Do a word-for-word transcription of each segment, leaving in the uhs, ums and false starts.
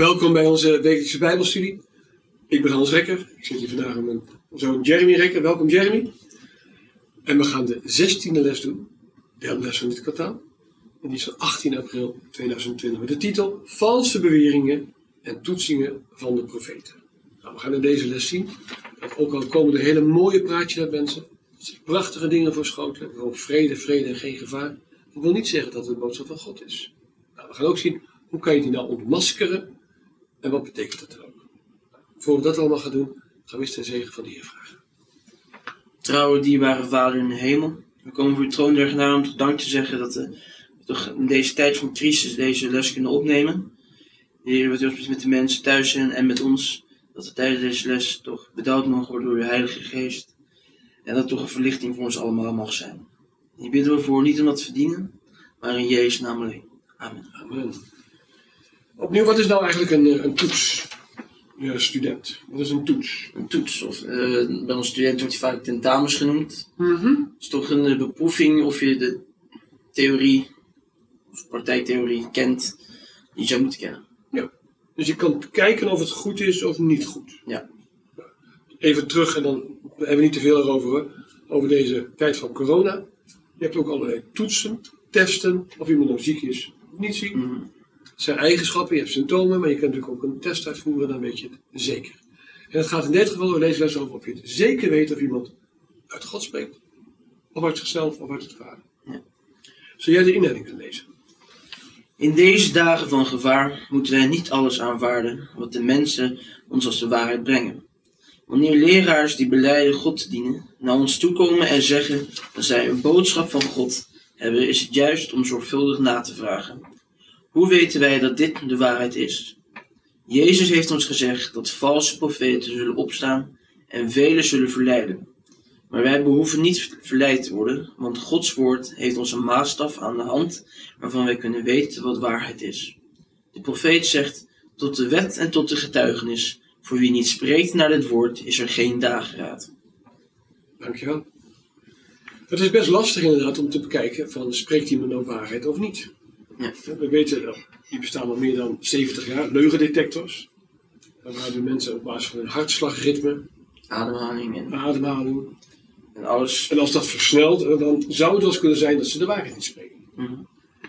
Welkom bij onze wekelijkse Bijbelstudie. Ik ben Hans Rekker. Ik zit hier vandaag met mijn zoon Jeremy Rekker. Welkom Jeremy. En we gaan de zestiende les doen. De derde les van dit kwartaal. En die is van achttien april tweeduizend twintig. Met de titel Valse beweringen en toetsingen van de profeten. Nou, we gaan in deze les zien. Dat ook al komen er hele mooie praatjes uit mensen. Dat ze prachtige dingen voorschotelen. Bijvoorbeeld vrede, vrede en geen gevaar. Dat wil niet zeggen dat het de boodschap van God is. Nou, we gaan ook zien hoe kan je die nou ontmaskeren. En wat betekent dat er ook? Voor we dat allemaal gaan doen, gaan we eens ten zegen van de Heer vragen. Trouwe, dierbare Vader in de hemel, we komen voor uw troon der genade om tot dank te zeggen dat we toch in deze tijd van crisis deze les kunnen opnemen. Heer, wat u met de mensen thuis zijn en met ons, dat we tijdens deze les toch bedouwd mogen worden door uw Heilige Geest. En dat het toch een verlichting voor ons allemaal mag zijn. Hier bidden we voor, niet om dat te verdienen, maar in Jezus' naam alleen. Amen. Amen. Opnieuw, wat is nou eigenlijk een, een toets? Ja, student. Wat is een toets? Een toets, of uh, bij ons student wordt die vaak tentamens genoemd. Mm-hmm. Het is toch een uh, beproeving of je de theorie of praktijktheorie kent die je zou moeten kennen. Ja, dus je kan kijken of het goed is of niet goed. Ja. Even terug, en dan hebben we niet te veel erover, hoor, over deze tijd van corona. Je hebt ook allerlei toetsen, testen, of iemand nou ziek is of niet ziek. Mm-hmm. Het zijn eigenschappen, je hebt symptomen, maar je kunt natuurlijk ook een test uitvoeren, dan weet je het zeker. En het gaat in dit geval door deze les over of je het zeker weet of iemand uit God spreekt, of uit zichzelf, of uit het Vader. Ja. Zou jij de inleiding kunnen lezen? In deze dagen van gevaar moeten wij niet alles aanvaarden wat de mensen ons als de waarheid brengen. Wanneer leraars die belijden God te dienen naar ons toekomen en zeggen dat zij een boodschap van God hebben, is het juist om zorgvuldig na te vragen. Hoe weten wij dat dit de waarheid is? Jezus heeft ons gezegd dat valse profeten zullen opstaan en velen zullen verleiden. Maar wij behoeven niet verleid te worden, want Gods woord heeft ons een maatstaf aan de hand waarvan wij kunnen weten wat waarheid is. De profeet zegt, tot de wet en tot de getuigenis, voor wie niet spreekt naar dit woord is er geen dageraad. Dankjewel. Het is best lastig inderdaad om te bekijken van spreekt iemand nou waarheid of niet. Ja. We weten, die bestaan al meer dan zeventig jaar, leugendetectors. Waar de mensen op basis van hun hartslagritme, Ademhaling en, ademhaling. en alles. En als dat versnelt, dan zou het wel eens kunnen zijn dat ze de waarheid niet spreken. Mm-hmm.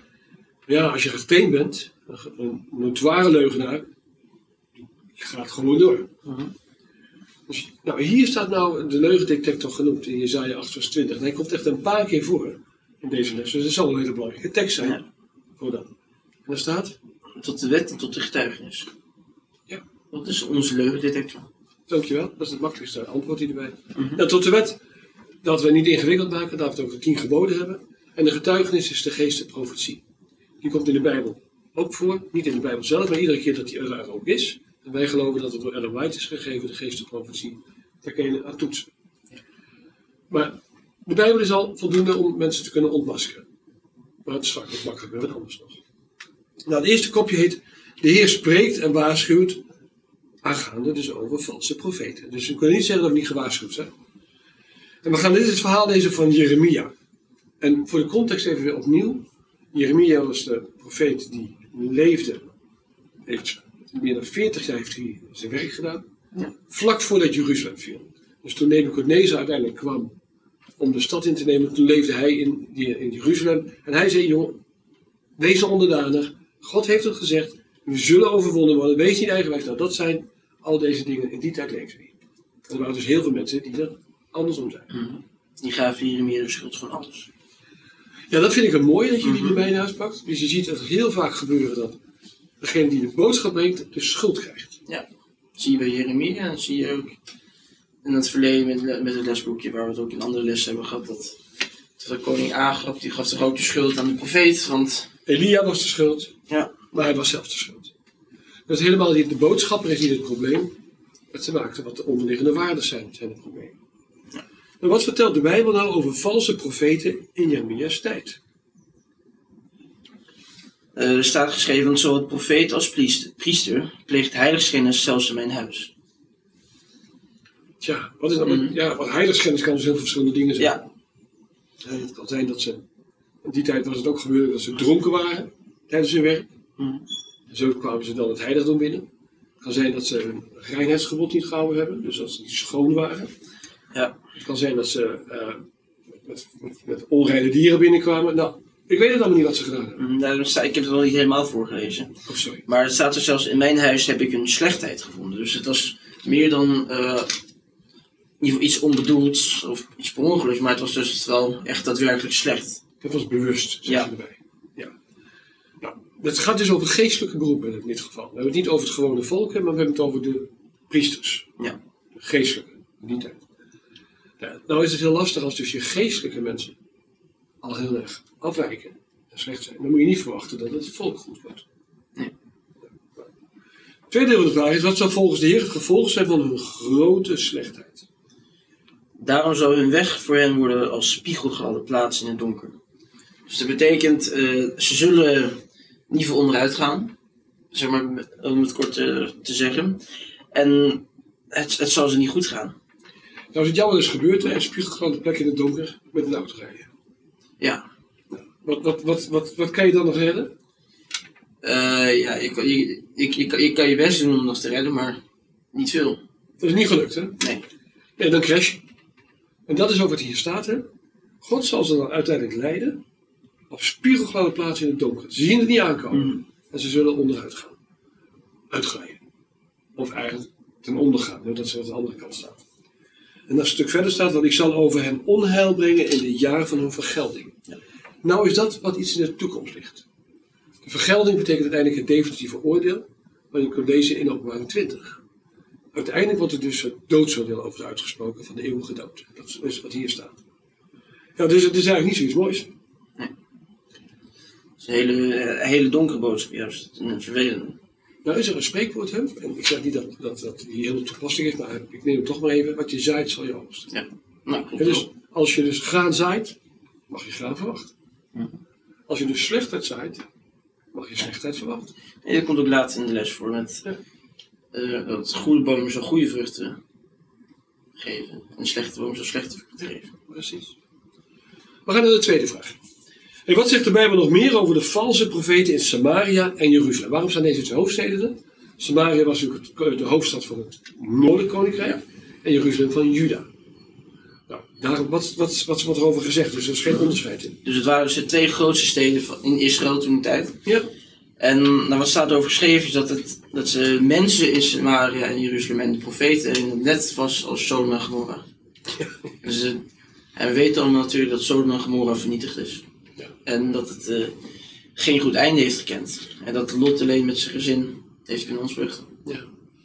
Ja, als je getraind bent, een notoire leugenaar, die gaat gewoon door. Mm-hmm. Dus, nou, hier staat nou de leugendetector genoemd in Jesaja acht vers twintig. En hij komt echt een paar keer voor in deze les. Dus dat zal een hele belangrijke tekst zijn. Ja. Voor dat. En daar staat? Tot de wet en tot de getuigenis. Ja. Dat is onze leugendetector. Dankjewel, dat is het makkelijkste antwoord hierbij. Mm-hmm. Ja, tot de wet, dat we niet ingewikkeld maken, dat we het over de tien geboden hebben. En de getuigenis is de geest de profetie. Die komt in de Bijbel ook voor. Niet in de Bijbel zelf, maar iedere keer dat die er ook is. En wij geloven dat het door Ellen White is gegeven, de geest de profetie. Daar kun je aan toetsen. Maar de Bijbel is al voldoende om mensen te kunnen ontmaskeren. Maar het is vaak wat makkelijker dan anders nog. Nou, het eerste kopje heet de Heer spreekt en waarschuwt aangaande dus over valse profeten. Dus we kunnen niet zeggen dat we niet gewaarschuwd zijn. En we gaan, dit is het verhaal deze van Jeremia. En voor de context even weer opnieuw. Jeremia was de profeet die leefde, heeft meer dan veertig jaar heeft hij zijn werk gedaan. Ja. Vlak voordat Jeruzalem viel. Dus toen Nebukadnezar uiteindelijk kwam om de stad in te nemen, toen leefde hij in, in Jeruzalem. En hij zei, jongen, wees onderdanig. God heeft het gezegd, we zullen overwonnen worden. Wees niet eigenwijs. Nou, dat zijn al deze dingen. In die tijd leefde hij. En er waren dus heel veel mensen die er andersom zijn. Mm-hmm. Die gaven Jeremia de schuld van alles. Ja, dat vind ik een mooie dat je die Mm-hmm. erbij naast pakt. Dus je ziet het heel vaak gebeuren dat degene die de boodschap brengt, de schuld krijgt. Ja, dat zie je bij Jeremia en dat zie je ook in het verleden met, met het lesboekje waar we het ook in andere lessen hebben gehad. Dat, dat de koning Agab, die gaf toch ook de schuld aan de profeet, want... Elia was de schuld, Ja. maar hij was zelf de schuld. Dus helemaal niet de boodschapper is niet het probleem. Het te maken wat de onderliggende waarden zijn, zijn het probleem. Ja. En wat vertelt de Bijbel nou over valse profeten in Jeremia's tijd? Uh, er staat geschreven, want zowel profeet als priester, priester pleegt heiligschennis zelfs in mijn huis. Tja, wat is dat? Mm. Ja, wat heiligschennis kan dus heel veel verschillende dingen zijn. Ja. En het kan zijn dat ze, in die tijd was het ook gebeurd dat ze dronken waren tijdens hun werk. Mm. En zo kwamen ze dan het heiligdom binnen. Het kan zijn dat ze hun reinheidsgebod niet gehouden hebben, dus dat ze niet schoon waren. Ja. Het kan zijn dat ze uh, met, met, met onreine dieren binnenkwamen. Nou, ik weet het allemaal niet wat ze gedaan hebben. Nou, ik heb het wel niet helemaal voorgelezen. Oh, sorry. Maar het staat er zelfs, in mijn huis heb ik een slechtheid gevonden. Dus het was meer dan uh, in ieder geval iets onbedoelds of iets per ongeluk, maar het was dus wel echt daadwerkelijk slecht. Dat was bewust, zeg Ja. je erbij. Ja. Nou, het gaat dus over geestelijke beroepen in dit geval. We hebben het niet over het gewone volk, maar we hebben het over de priesters. Ja. De geestelijke, niet uit. Ja, nou is het heel lastig als dus je geestelijke mensen al heel erg afwijken en slecht zijn. Dan moet je niet verwachten dat het volk goed wordt. Nee. Tweede deel van de vraag is, wat zou volgens de Heer het gevolg zijn van hun grote slechtheid? Daarom zal hun weg voor hen worden als spiegelgladde plaats in het donker. Dus dat betekent, uh, ze zullen in ieder geval onderuit gaan. Zeg maar, om het kort uh, te zeggen. En het, het zal ze niet goed gaan. Nou is het jou wel eens gebeurd, hè? Een spiegelgladde plek in het donker met een auto rijden. Ja. Wat, wat, wat, wat, wat kan je dan nog redden? Uh, ja, ik, je, ik, ik, ik kan je best doen om nog te redden, maar niet veel. Dat is niet gelukt, hè? Nee. Nee, dan crash je. En dat is ook wat hier staat, hè? God zal ze dan uiteindelijk leiden op spiegelgladde plaatsen in het donker. Ze zien het niet aankomen. Mm. En ze zullen onderuit gaan. Uitglijden. Of eigenlijk ten onder gaan, doordat ze aan de andere kant staan. En als een stuk verder staat, want ik zal over hen onheil brengen in het jaar van hun vergelding. Ja. Nou is dat wat iets in de toekomst ligt. De vergelding betekent uiteindelijk het definitieve oordeel, wat je kunt lezen in Openbaring twintig. Uiteindelijk wordt er dus het doodsoordeel over uitgesproken van de eeuwige dood. Dat is wat hier staat. Ja, dus het is eigenlijk niet zoiets moois. Nee. Het is een hele, uh, hele donkere boodschap juist. Een vervelende. Nou is er een spreekwoord, hè? En ik zeg niet dat dat, dat hier heel toepassing is, maar ik neem het toch maar even. Wat je zaait, zal je oogsten. Ja. Nou, klopt En dus wel. als je dus graan zaait, mag je graan verwachten. Mhm. Als je dus slechtheid zaait, mag je slechtheid verwachten. En dat komt ook later in de les voor. Met, Ja. uh, dat goede bomen zo goede vruchten geven. En slechte bomen zo slechte vruchten geven. Precies. We gaan naar de tweede vraag. En wat zegt de Bijbel nog meer over de valse profeten in Samaria en Jeruzalem? Waarom staan deze twee hoofdsteden er? Samaria was natuurlijk de hoofdstad van het Noordelijk Koninkrijk en Jeruzalem van Juda. Nou, daar, wat, wat, wat wordt er over gezegd? Dus er is geen onderscheid in. Dus het waren dus de twee grootste steden van, in Israël toen de tijd. Ja. En nou, wat staat over geschreven is dat, het, dat ze mensen in Samaria en Jeruzalem en de profeten in het net was als Sodom en Gomorra. Ja. Dus, uh, en we weten allemaal natuurlijk dat Sodom en Gomorra vernietigd is. Ja. En dat het uh, geen goed einde heeft gekend. En dat Lot alleen met zijn gezin heeft kunnen ontvluchten. Ja.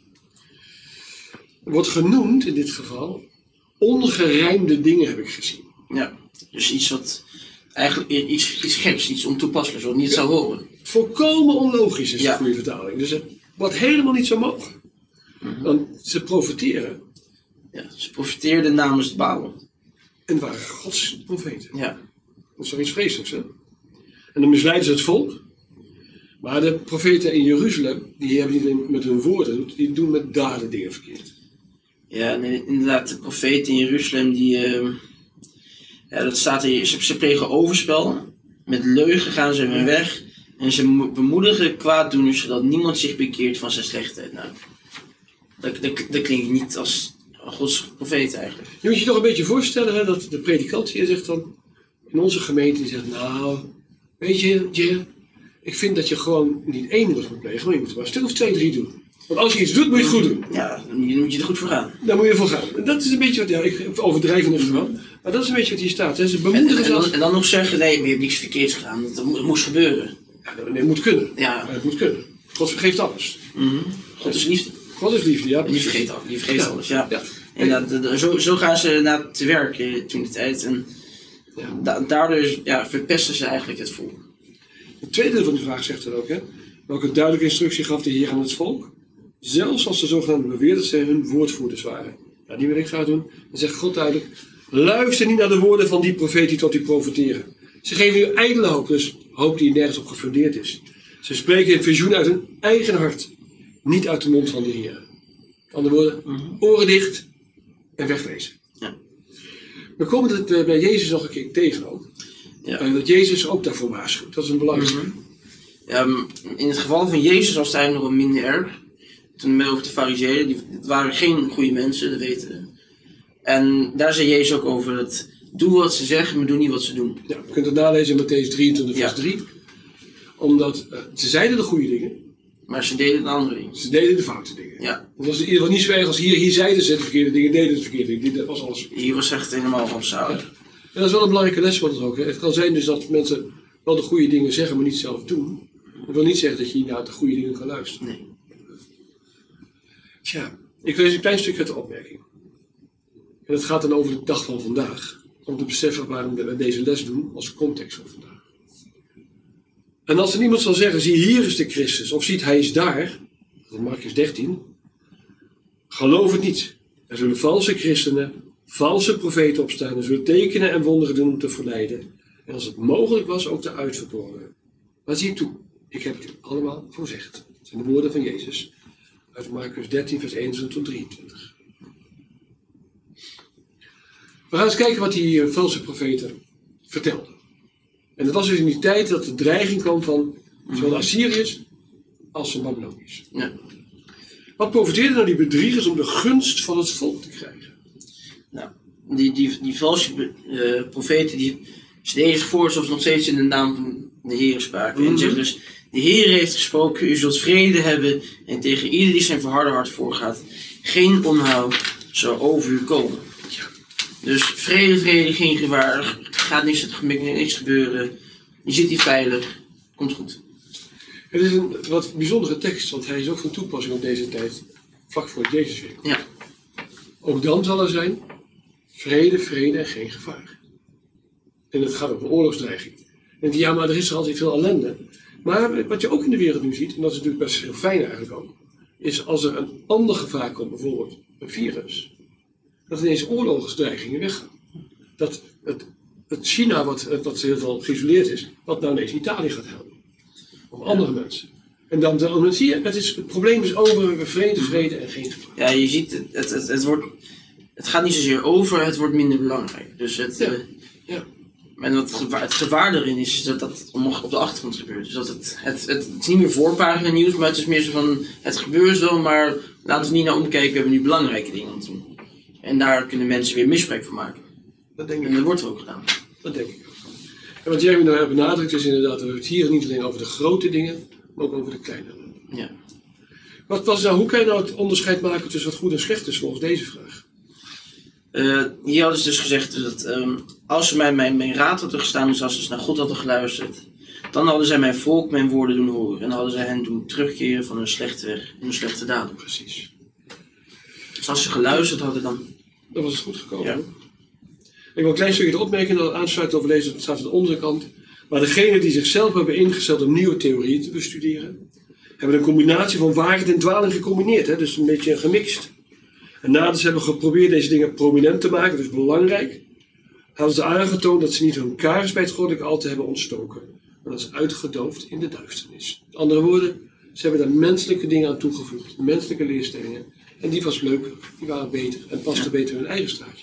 Er wordt genoemd in dit geval ongerijmde dingen heb ik gezien. Ja, dus iets wat eigenlijk iets, iets geks, iets ontoepasselijks, wat niet Ja. zou horen. Volkomen onlogisch is Ja. de goede vertaling. Dus het, wat helemaal niet zou mogen. Mhm. Want ze profiteren Ja, ze profiteerden namens de Baal. en waren Gods profeten. Ja. Dat is toch iets vreselijks, hè? En dan misleiden ze het volk. Maar de profeten in Jeruzalem, die hebben niet alleen met hun woorden, die doen met daden dingen verkeerd. Ja, nee, inderdaad, de profeten in Jeruzalem, die, uh, ja, dat staat hier, ze, ze plegen overspel, met leugen gaan ze hun weg, en ze mo- bemoedigen kwaaddoeners, zodat niemand zich bekeert van zijn slechtheid. Nou, dat, dat, dat klinkt niet als Gods profeet eigenlijk. Je moet je toch een beetje voorstellen, hè, dat de predikant hier zegt dan, in onze gemeente, die zegt, nou, weet je, Jer, ik vind dat je gewoon niet één moord moet plegen, maar je moet er maar een stuk of twee, drie doen. Want als je iets doet, moet je het goed doen. Ja, dan moet je, dan moet je er goed voor gaan. Daar moet je voor gaan. En dat is een beetje wat, ja, ik overdrijf in het geval, maar dat is een beetje wat hier staat. Hè. Ze En, bemoedigen en, zelfs. dan, en dan nog zeggen, nee, maar je hebt niks verkeerds gedaan, dat, dat mo- dat moest gebeuren. Ja, nee, het moet kunnen. Ja. Het moet kunnen. God vergeeft alles. Mhm. God is liefde. God is liefde, ja. Die precies. vergeet, al, die vergeet Ja. alles, ja. Ja. En dat, dat- zo, zo gaan ze naar te werken toen de tijd. En Ja. da- daardoor is- ja, verpesten ze eigenlijk het volk. Het tweede deel van de vraag zegt dan ook, hè. Welke duidelijke instructie gaf de Heer aan het volk? Zelfs als de zogenaamde beweerders hun woordvoerders waren. Ja, die wil ik graag doen. Dan zegt God duidelijk, luister niet naar de woorden van die profeten die tot u profeteren. Ze geven u ijdele hoop, dus hoop die nergens op gefundeerd is. Ze spreken in visioen uit hun eigen hart, niet uit de mond van de Heer. Met andere woorden, oren dicht en wegwezen. Ja. We komen het bij Jezus nog een keer tegen ook. Ja. En dat Jezus ook daarvoor waarschuwt. Dat is een belangrijk. Mhm. Um, in het geval van Jezus was het eigenlijk nog wel minder erg. Toen over de fariseeën, die het waren geen goede mensen, dat weten we. En daar zei Jezus ook over dat doe wat ze zeggen, maar doe niet wat ze doen. Ja, je kunt het nalezen in Matthäus drieëntwintig vers Ja. drie. Omdat uh, ze zeiden de goede dingen, Maar ze deden de andere dingen. ze deden de foute dingen. Ja, Het was in ieder geval niet zo erg als hier, hier zeiden ze de verkeerde dingen, deden de verkeerde dingen. Dat was alles. hier was echt helemaal van zout. En dat is wel een belangrijke les van het ook. Hè. Het kan zijn dus dat mensen wel de goede dingen zeggen, maar niet zelf doen. Dat wil niet zeggen dat je naar de goede dingen kan luisteren. Nee. Tja, ik lees een klein stukje uit de opmerking. En het gaat dan over de dag van vandaag. Om te beseffen waarom we deze les doen als context van vandaag. En als er iemand zal zeggen, zie hier is de Christus, of ziet hij is daar, dat is Markus dertien, geloof het niet. Er zullen valse christenen, valse profeten opstaan, er zullen tekenen en wonderen doen om te verleiden. En als het mogelijk was, ook te uitverkoren. Maar zie toe, ik heb het u allemaal voorzegd. Dat zijn de woorden van Jezus uit Markus dertien, vers eenentwintig tot drieëntwintig. We gaan eens kijken wat die uh, valse profeten vertelden. En dat was dus in die tijd dat de dreiging kwam van zowel de Assyriërs als de Babyloniërs. Ja. Wat profiteerden nou die bedriegers om de gunst van het volk te krijgen? Nou, die, die, die valse uh, profeten, die ze deden zich voor alsof ze nog steeds in de naam van de Heer spraken. Mm-hmm. En zeggen dus, de Heer heeft gesproken, u zult vrede hebben en tegen ieder die zijn verharde hart voorgaat, geen onheil zal over u komen. Dus vrede, vrede, geen gevaar, er gaat niks, er gaat niks gebeuren, je zit hier veilig, komt goed. Het is een wat bijzondere tekst, want hij is ook van toepassing op deze tijd, vlak voor het Jezusweer. Ja. Ook dan zal er zijn vrede, vrede en geen gevaar. En het gaat over oorlogsdreiging. En ja, maar er is er altijd veel ellende. Maar wat je ook in de wereld nu ziet, en dat is natuurlijk best heel fijn eigenlijk ook, is als er een ander gevaar komt, bijvoorbeeld een virus, dat ineens oorlogsdreigingen weggaan. Dat het, het China, wat, wat heel veel geïsoleerd is, wat nou ineens Italië gaat helpen. Of andere mensen. En dan, dan zie je, het, is, het probleem is over vrede, vrede en geen gevaar. Ja, je ziet, het, het, het, het, wordt, het gaat niet zozeer over, het wordt minder belangrijk. Dus het, Ja. uh, Ja. En wat gevaar, het gevaar erin is, is dat dat nog op de achtergrond gebeurt. Dus dat het, het, het, het is niet meer voorpagina nieuws, maar het is meer zo van, het gebeurt wel, maar laten we niet naar omkijken, we hebben nu belangrijke dingen om te doen. En daar kunnen mensen weer misbruik van maken. Dat denk ik. En dat wordt ook gedaan. Dat denk ik ook. En wat Jeremy nou benadrukt is inderdaad, we hebben het hier niet alleen over de grote dingen, maar ook over de kleine dingen. Ja. Wat was nou, hoe kan je nou het onderscheid maken tussen wat goed en slecht is volgens deze vraag? Uh, hier hadden ze dus gezegd dat um, als ze mij mijn, mijn raad hadden gestaan, dus als ze naar God hadden geluisterd, dan hadden zij mijn volk mijn woorden doen horen. En hadden zij hen doen terugkeren van hun slechte weg en hun slechte daden. Precies. Dus als ze geluisterd hadden, dan... Dan was het goed gekomen. Ja. Ik wil een klein stukje de opmerking dat aansluit over deze, dat staat aan de onderkant. Maar degenen die zichzelf hebben ingesteld om nieuwe theorieën te bestuderen, hebben een combinatie van waarheid en dwaling gecombineerd. Hè? Dus een beetje gemixt. En nadat ze hebben geprobeerd deze dingen prominent te maken, dus belangrijk, hadden ze aangetoond dat ze niet hun kaars bij het goddelijke altaar hebben ontstoken, maar dat is uitgedoofd in de duisternis. Met andere woorden, ze hebben daar menselijke dingen aan toegevoegd, menselijke leerstellingen. En die was leuk, die waren beter en pasten beter in hun eigen straatje.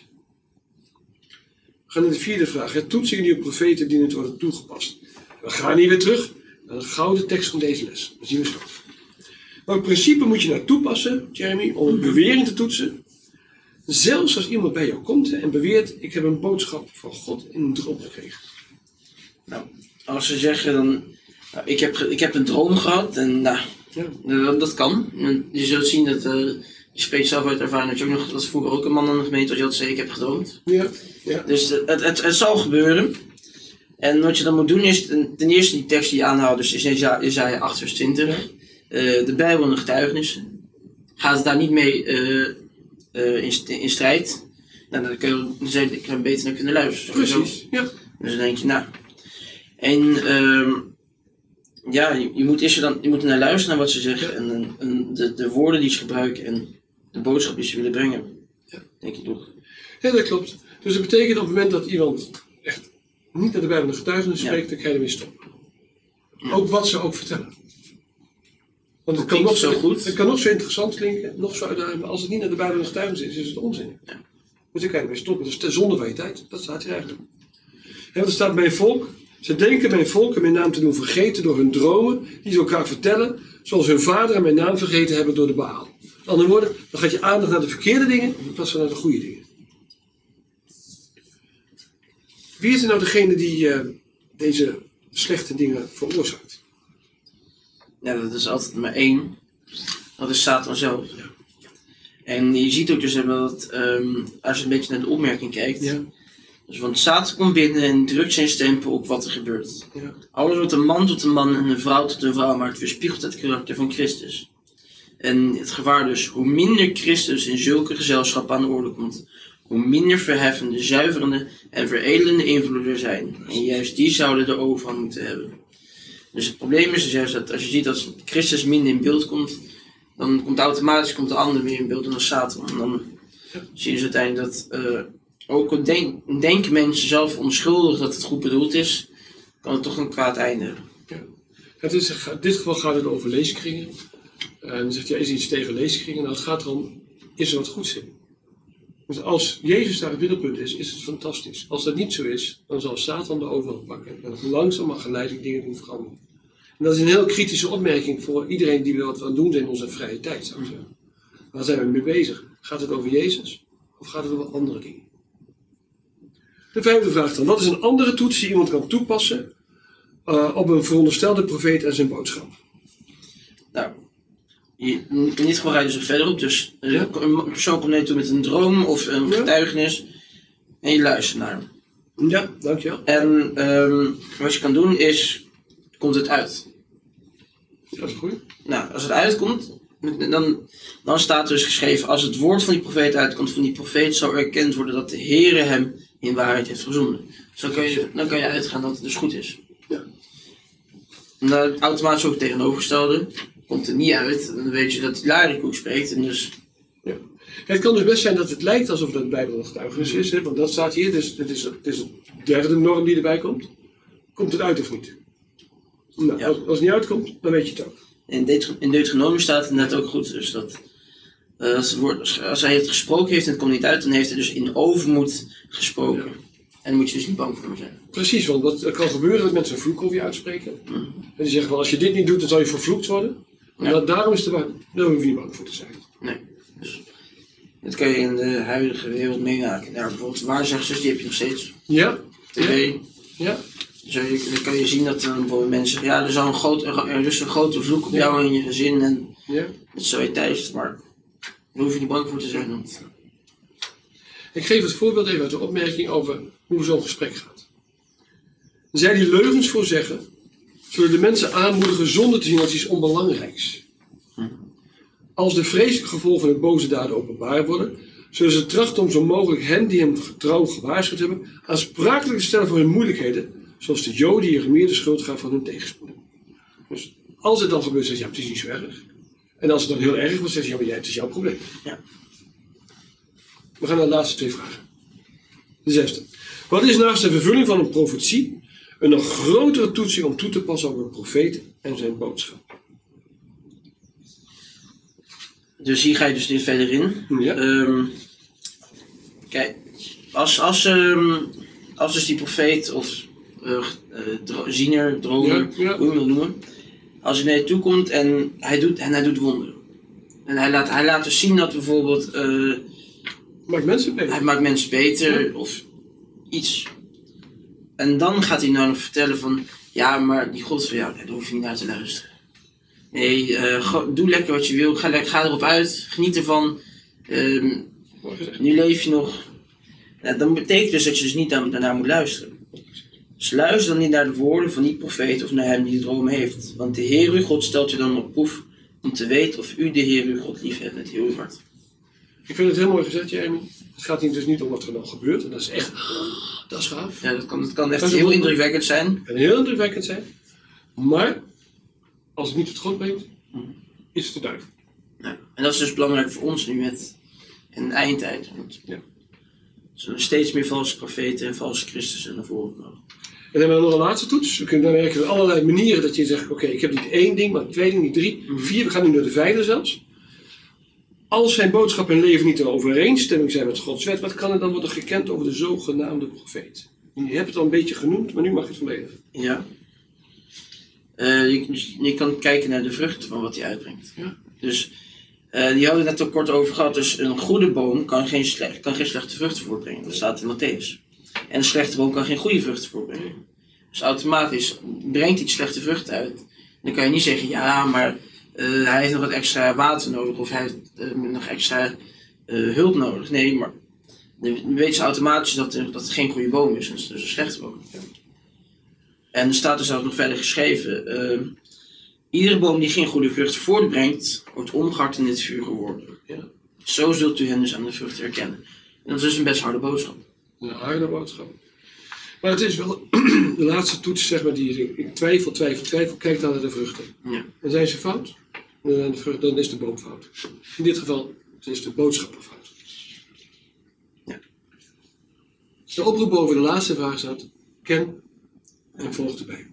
We gaan naar de vierde vraag. Het toetsingen die op profeten dienen te worden toegepast. We gaan hier weer terug naar de gouden tekst van deze les. Dat zien we zo. Welk principe moet je nou toepassen, Jeremy, om een bewering te toetsen? Zelfs als iemand bij jou komt en beweert, ik heb een boodschap van God in een droom gekregen. Nou, als ze zeggen dan, nou, ik, heb, ik heb een droom gehad en nou, Ja. dat, dat kan. Je zult zien dat, uh, je spreekt zelf uit ervaring dat je ook nog, dat vroeger ook een man aan de gemeente was, die had zei, ik heb gedroomd. Ja. Ja. Dus uh, het, het, het zal gebeuren. En wat je dan moet doen is, ten, ten eerste die tekst die je aanhoudt, dus is Jesaja acht vers twintig. Ja. Uh, de Bijbel en de getuigenissen. Gaat het daar niet mee uh, uh, in, in strijd, nou, dan kun je, dan zou je beter naar kunnen luisteren. Precies. Ja. Dus dan denk je, nou. En uh, ja, je, je moet eerst dan, je moet er naar luisteren naar wat ze zeggen. En, en de, de woorden die ze gebruiken en de boodschap die ze willen brengen. Ja. Denk je toch? Ja, dat klopt. Dus dat betekent op het moment dat iemand echt niet naar de Bijbel en de getuigenis Ja. spreekt, dan krijg je ermee stop. Ook wat ze ook vertellen. Want het Dat kan, nog klinkt zo, zo goed. het kan nog zo interessant klinken, nog zo uitdagend, maar als het niet naar de Bijbel en de getuigenis is, is het onzin. Ja. Dus dan krijg je ermee stoppen. Dat is de zonde van je tijd. Dat staat hier eigenlijk. En er staat, mijn volk Ze denken mijn volk en mijn naam te doen vergeten door hun dromen die ze elkaar vertellen, zoals hun vader en mijn naam vergeten hebben door de Baal. Met andere woorden, dan gaat je aandacht naar de verkeerde dingen in plaats van naar de goede dingen. Wie is er nou degene die uh, deze slechte dingen veroorzaakt? Ja, dat is altijd maar één. Dat is Satan zelf. Ja. En je ziet ook dus dat, um, als je een beetje naar de opmerking kijkt. Ja. Dus want Satan komt binnen en drukt zijn stempel op wat er gebeurt. Ja. Alles wat een man tot een man en een vrouw tot een vrouw maakt, weerspiegelt het karakter van Christus. En het gevaar dus, hoe minder Christus in zulke gezelschappen aan de orde komt, hoe minder verheffende, zuiverende en veredelende invloeden er zijn. En juist die zouden de overhand moeten hebben. Dus het probleem is dus juist dat als je ziet dat Christus minder in beeld komt, dan komt automatisch komt de ander meer in beeld dan Satan. En dan zie je dus uiteindelijk dat, uh, ook al denk, denken mensen zelf onschuldig dat het goed bedoeld is, kan het toch een kwaad einde hebben. Ja. Het is, in dit geval gaat het over leeskringen. En dan zegt hij, is iets tegen leeskringen? Nou, het gaat erom, is er wat goeds in? Dus als Jezus daar het middelpunt is, is het fantastisch. Als dat niet zo is, dan zal Satan de overhand pakken. En langzaam maar geleidelijk dingen doen veranderen. En dat is een heel kritische opmerking voor iedereen die er wat aan doen zijn in onze vrije tijd, zou ik zeggen. Waar zijn we mee bezig? Gaat het over Jezus? Of gaat het over andere dingen? De vijfde vraag dan. Wat is een andere toets die iemand kan toepassen uh, op een veronderstelde profeet en zijn boodschap? Nou, je, in dit geval rijden ze verder op. Dus uh, Ja? een persoon komt naar je toe met een droom of een Ja? getuigenis. En je luistert naar hem. Ja, dankjewel. En um, wat je kan doen is, komt het uit. Dat is goed. Nou, als het uitkomt, dan, dan staat dus geschreven, als het woord van die profeet uitkomt, van die profeet zal erkend worden dat de Heere hem in waarheid heeft gezonden. Dus dan kan je, dan kan je uitgaan dat het dus goed is. Ja. En dan automatisch ook het tegenovergestelde. Komt het niet uit, dan weet je dat die larikoek spreekt. En dus... Ja. Het kan dus best zijn dat het lijkt alsof dat de Bijbel een getuigenis is, hè, want dat staat hier, dus het is, het is een derde norm die erbij komt. Komt het uit of niet? Nou, Ja. als, als het niet uitkomt, dan weet je het ook. In, Deut- in Deuteronomium staat het net ook goed. Dus dat, uh, als, het woord, als hij het gesproken heeft en het komt niet uit, dan heeft hij dus in overmoed gesproken. Ja. En dan moet je dus niet bang voor hem zijn. Precies, want wat er kan gebeuren dat mensen een vloek over je uitspreken. Mm. En die zeggen van, als je dit niet doet, dan zal je vervloekt worden. En Ja. dat, daarom is het waar. Daar hoef je niet bang voor te zijn. Nee. Dus, dat kan je in de huidige wereld meemaken. Nou, bijvoorbeeld waarzegsters, die heb je nog steeds. Ja? tv. Ja? Zo, je, dan kan je zien dat uh, bijvoorbeeld mensen zeggen, ja, er, zal een groot, er rust een grote vloek op Ja. jou en je gezin. En Ja? dat zal je thuis, maar daar hoef je niet bang voor te zijn. Want, Ik geef het voorbeeld even uit de opmerking over hoe zo'n gesprek gaat. Zij die leugens voorzeggen, zullen de mensen aanmoedigen zonde te zien als iets onbelangrijks. Als de vreselijke gevolgen van de boze daden openbaar worden, zullen ze trachten om zo mogelijk hen die hem trouw gewaarschuwd hebben, aansprakelijk te stellen voor hun moeilijkheden, zoals de Joden Jeremia de schuld gaven van hun tegenspoeden. Dus als het dan gebeurt, zeg je, ja, het is niet zo erg. En als het dan heel erg wordt, zeg je, ja, maar jij, het is jouw probleem. ja. We gaan naar de laatste twee vragen. De zesde. Wat is naast de vervulling van een profetie een nog grotere toetsing om toe te passen op een profeet en zijn boodschap? Dus hier ga je dus dit verder in. Ja. Um, kijk, als, als, um, als dus die profeet of uh, uh, dro- ziener, dromer, Ja, ja. hoe je hem wil noemen, als hij naar je toe komt en hij doet, en hij doet wonderen. En hij laat, hij laat dus zien dat bijvoorbeeld, uh, Maakt mensen mee. hij maakt mensen beter of iets. En dan gaat hij nou nog vertellen van, ja, maar die God van jou, daar hoef je niet naar te luisteren. Nee, uh, go- doe lekker wat je wil, ga, le- ga erop uit, geniet ervan. Um, Mooi gezegd. nu leef je nog. Ja, dan betekent dus dat je dus niet aan- daarnaar moet luisteren. Dus luister dan niet naar de woorden van die profeet of naar hem die de droom heeft. Want de Heer uw God stelt je dan op proef om te weten of u de Heer uw God lief hebt met heel uw hart. Ik vind het heel mooi gezegd, Jeremy. Het gaat hier dus niet om wat er dan gebeurt. En dat is echt, dat is gaaf. Ja, dat kan, dat kan echt Dat is heel een- indrukwekkend zijn. Het kan heel indrukwekkend zijn. Maar, als het niet tot God brengt, is het de duivel. Ja. En dat is dus belangrijk voor ons nu met in de eindtijd. Want Ja. er zullen steeds meer valse profeten en valse Christussen naar voren komen. En dan hebben we nog een laatste toets. We kunnen dan werken op allerlei manieren dat je zegt, oké, ik heb niet één ding, maar twee dingen, niet drie, vier. We gaan nu naar de vijfde zelfs. Als zijn boodschap en leven niet in overeenstemming zijn met Gods wet, wat kan er dan worden gekend over de zogenaamde profeet? Je hebt het al een beetje genoemd, maar nu mag je het volledig. Ja. Uh, je, dus je kan kijken naar de vruchten van wat hij uitbrengt. Ja. Dus uh, die hadden we net al kort over gehad. Dus een goede boom kan geen, slecht, kan geen slechte vruchten voortbrengen. Dat staat in Matthäus. En een slechte boom kan geen goede vruchten voortbrengen. Dus automatisch brengt iets slechte vruchten uit. Dan kan je niet zeggen, ja, maar uh, hij heeft nog wat extra water nodig. Of hij heeft uh, nog extra uh, hulp nodig. Nee, maar dan weten ze automatisch dat, er, dat het geen goede boom is. Dus een slechte boom. Ja. En er staat dus ook nog verder geschreven. Uh, iedere boom die geen goede vruchten voortbrengt, wordt omgehakt in het vuur geworpen. Ja. Zo zult u hen dus aan de vruchten herkennen. En dat is dus een best harde boodschap. Een harde boodschap. Maar het is wel de laatste toets, zeg maar, die ik twijfel, twijfel, twijfel, kijk dan naar de vruchten. Ja. En zijn ze fout, dan is de boom fout. In dit geval is de boodschap fout. Ja. De oproep boven de laatste vraag staat, ken en volg erbij.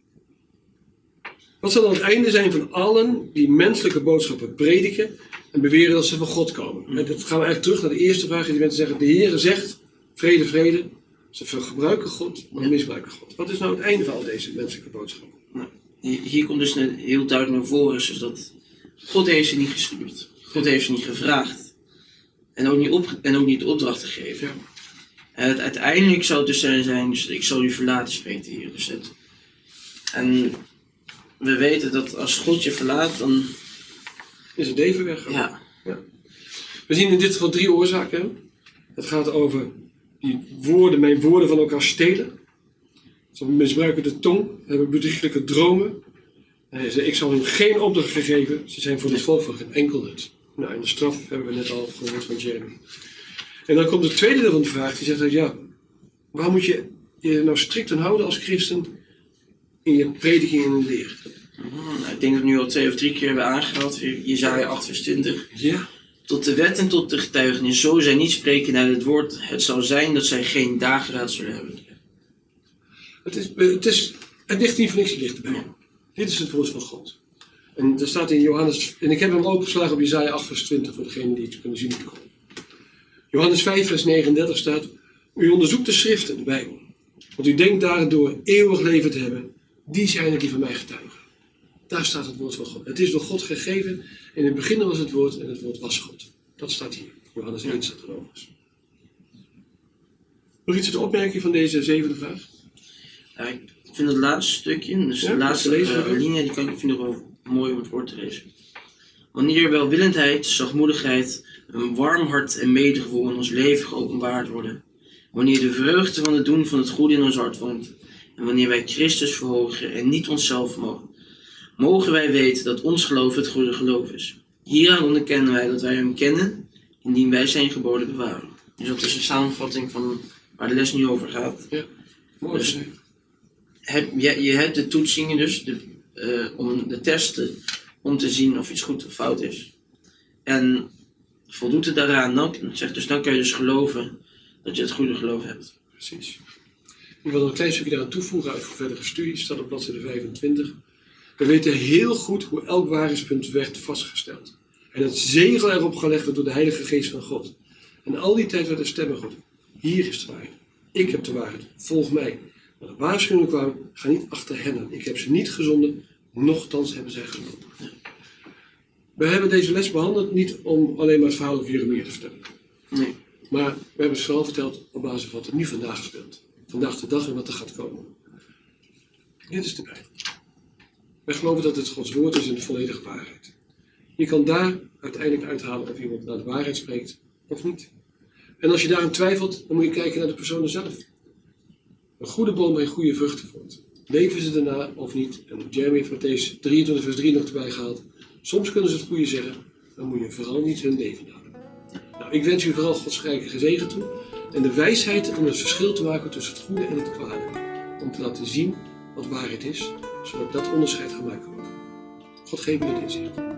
Wat zal dan het einde zijn van allen die menselijke boodschappen prediken en beweren dat ze van God komen? En dat gaan we eigenlijk terug naar de eerste vraag die mensen zeggen, de Heere zegt, vrede, vrede. Ze gebruiken God, maar misbruiken God. Wat is nou het einde van al deze menselijke boodschappen? Nou, hier komt dus heel duidelijk naar voren is dat God heeft ze niet gestuurd. God heeft ze niet gevraagd. En ook niet, op, en ook niet de opdracht gegeven. Ja. En het, uiteindelijk zou het dus zijn, dus ik zal u verlaten, spreekt hier. Dus het, en we weten dat als God je verlaat, dan is het leven weg. Ja. Ja. We zien in dit geval drie oorzaken. Het gaat over die woorden, mijn woorden van elkaar stelen. Ze misbruiken de tong, hebben bedrieglijke dromen. En hij zei, ik zal hun geen opdracht gegeven, ze zijn voor het volk van geen enkel nut. Nou, en de straf hebben we net al gehoord van Jeremy. En dan komt de tweede deel van de vraag, die zegt, ja, waar moet je je nou strikt aan houden als christen in je prediking en in leer? Nou, ik denk dat we nu al twee of drie keer hebben aangehaald, Jesaja acht vers twintig. Ja. Tot de wet en tot de getuigenis, zo zij niet spreken naar het woord, het zal zijn dat zij geen dageraad zullen hebben. Het, is, het, is, het ligt niet voor niks, ligt erbij. Ja. Dit is het woord van God. En er staat in Johannes, en ik heb hem opengeslagen op Jesaja acht vers twintig, voor degenen die het kunnen zien. Johannes vijf vers negenendertig staat, u onderzoekt de schriften, de Bijbel, want u denkt daardoor eeuwig leven te hebben, die zijn het die van mij getuigen. Daar staat het woord van God. Het is door God gegeven. En in het begin was het woord en het woord was God. Dat staat hier. Johannes één staat er overigens. Nog iets tot opmerking van deze zevende vraag? Ja, ik vind het laatste stukje, dus ja, de laatste uh, linie, die kan ik vind ik wel mooi om het voor te lezen. Wanneer welwillendheid, zachtmoedigheid, een warm hart en medegevoel in ons leven geopenbaard worden. Wanneer de vreugde van het doen van het goede in ons hart woont. En wanneer wij Christus verhogen en niet onszelf mogen. Mogen wij weten dat ons geloof het goede geloof is. Hieraan onderkennen wij dat wij hem kennen, indien wij zijn geboden bewaren. Dus dat is een samenvatting van waar de les nu over gaat. Ja, mooi. Dus, heb, je, je hebt de toetsingen dus, de, uh, om de testen, om te zien of iets goed of fout is. En voldoet het daaraan, dan, zeg, dus dan kun je dus geloven dat je het goede geloof hebt. Precies. Ik wil nog een klein stukje daaraan toevoegen uit voor verdere studie, staat op bladzijde vijfentwintig. We weten heel goed hoe elk waarheidspunt werd vastgesteld. En het zegel erop gelegd werd door de Heilige Geest van God. En al die tijd werd de stemmen goed. Hier is de waarheid. Ik heb de waarheid. Volg mij. Maar de waarschuwing kwam, ga niet achter hen aan. Ik heb ze niet gezonden, nochtans hebben zij gelopen. We hebben deze les behandeld niet om alleen maar het verhaal over Jeremia te vertellen. Nee. Maar we hebben het vooral verteld op basis van wat er nu vandaag speelt. Vandaag de dag en wat er gaat komen. Dit is de Bijbel. Wij geloven dat het Gods woord is in de volledige waarheid. Je kan daar uiteindelijk uithalen of iemand naar de waarheid spreekt of niet. En als je daarin twijfelt, dan moet je kijken naar de persoon zelf. Een goede boom brengt goede vruchten voort. Leven ze daarna of niet? En Jeremy heeft Matthäus drieëntwintig vers drie nog erbij gehaald. Soms kunnen ze het goede zeggen, dan moet je vooral niet hun leven nadoen. Nou, ik wens u vooral Gods rijke gezegen toe en de wijsheid om het verschil te maken tussen het goede en het kwade. Om te laten zien wat waarheid is, zodat dat onderscheid gemaakt kan worden. God geef u dit inzicht.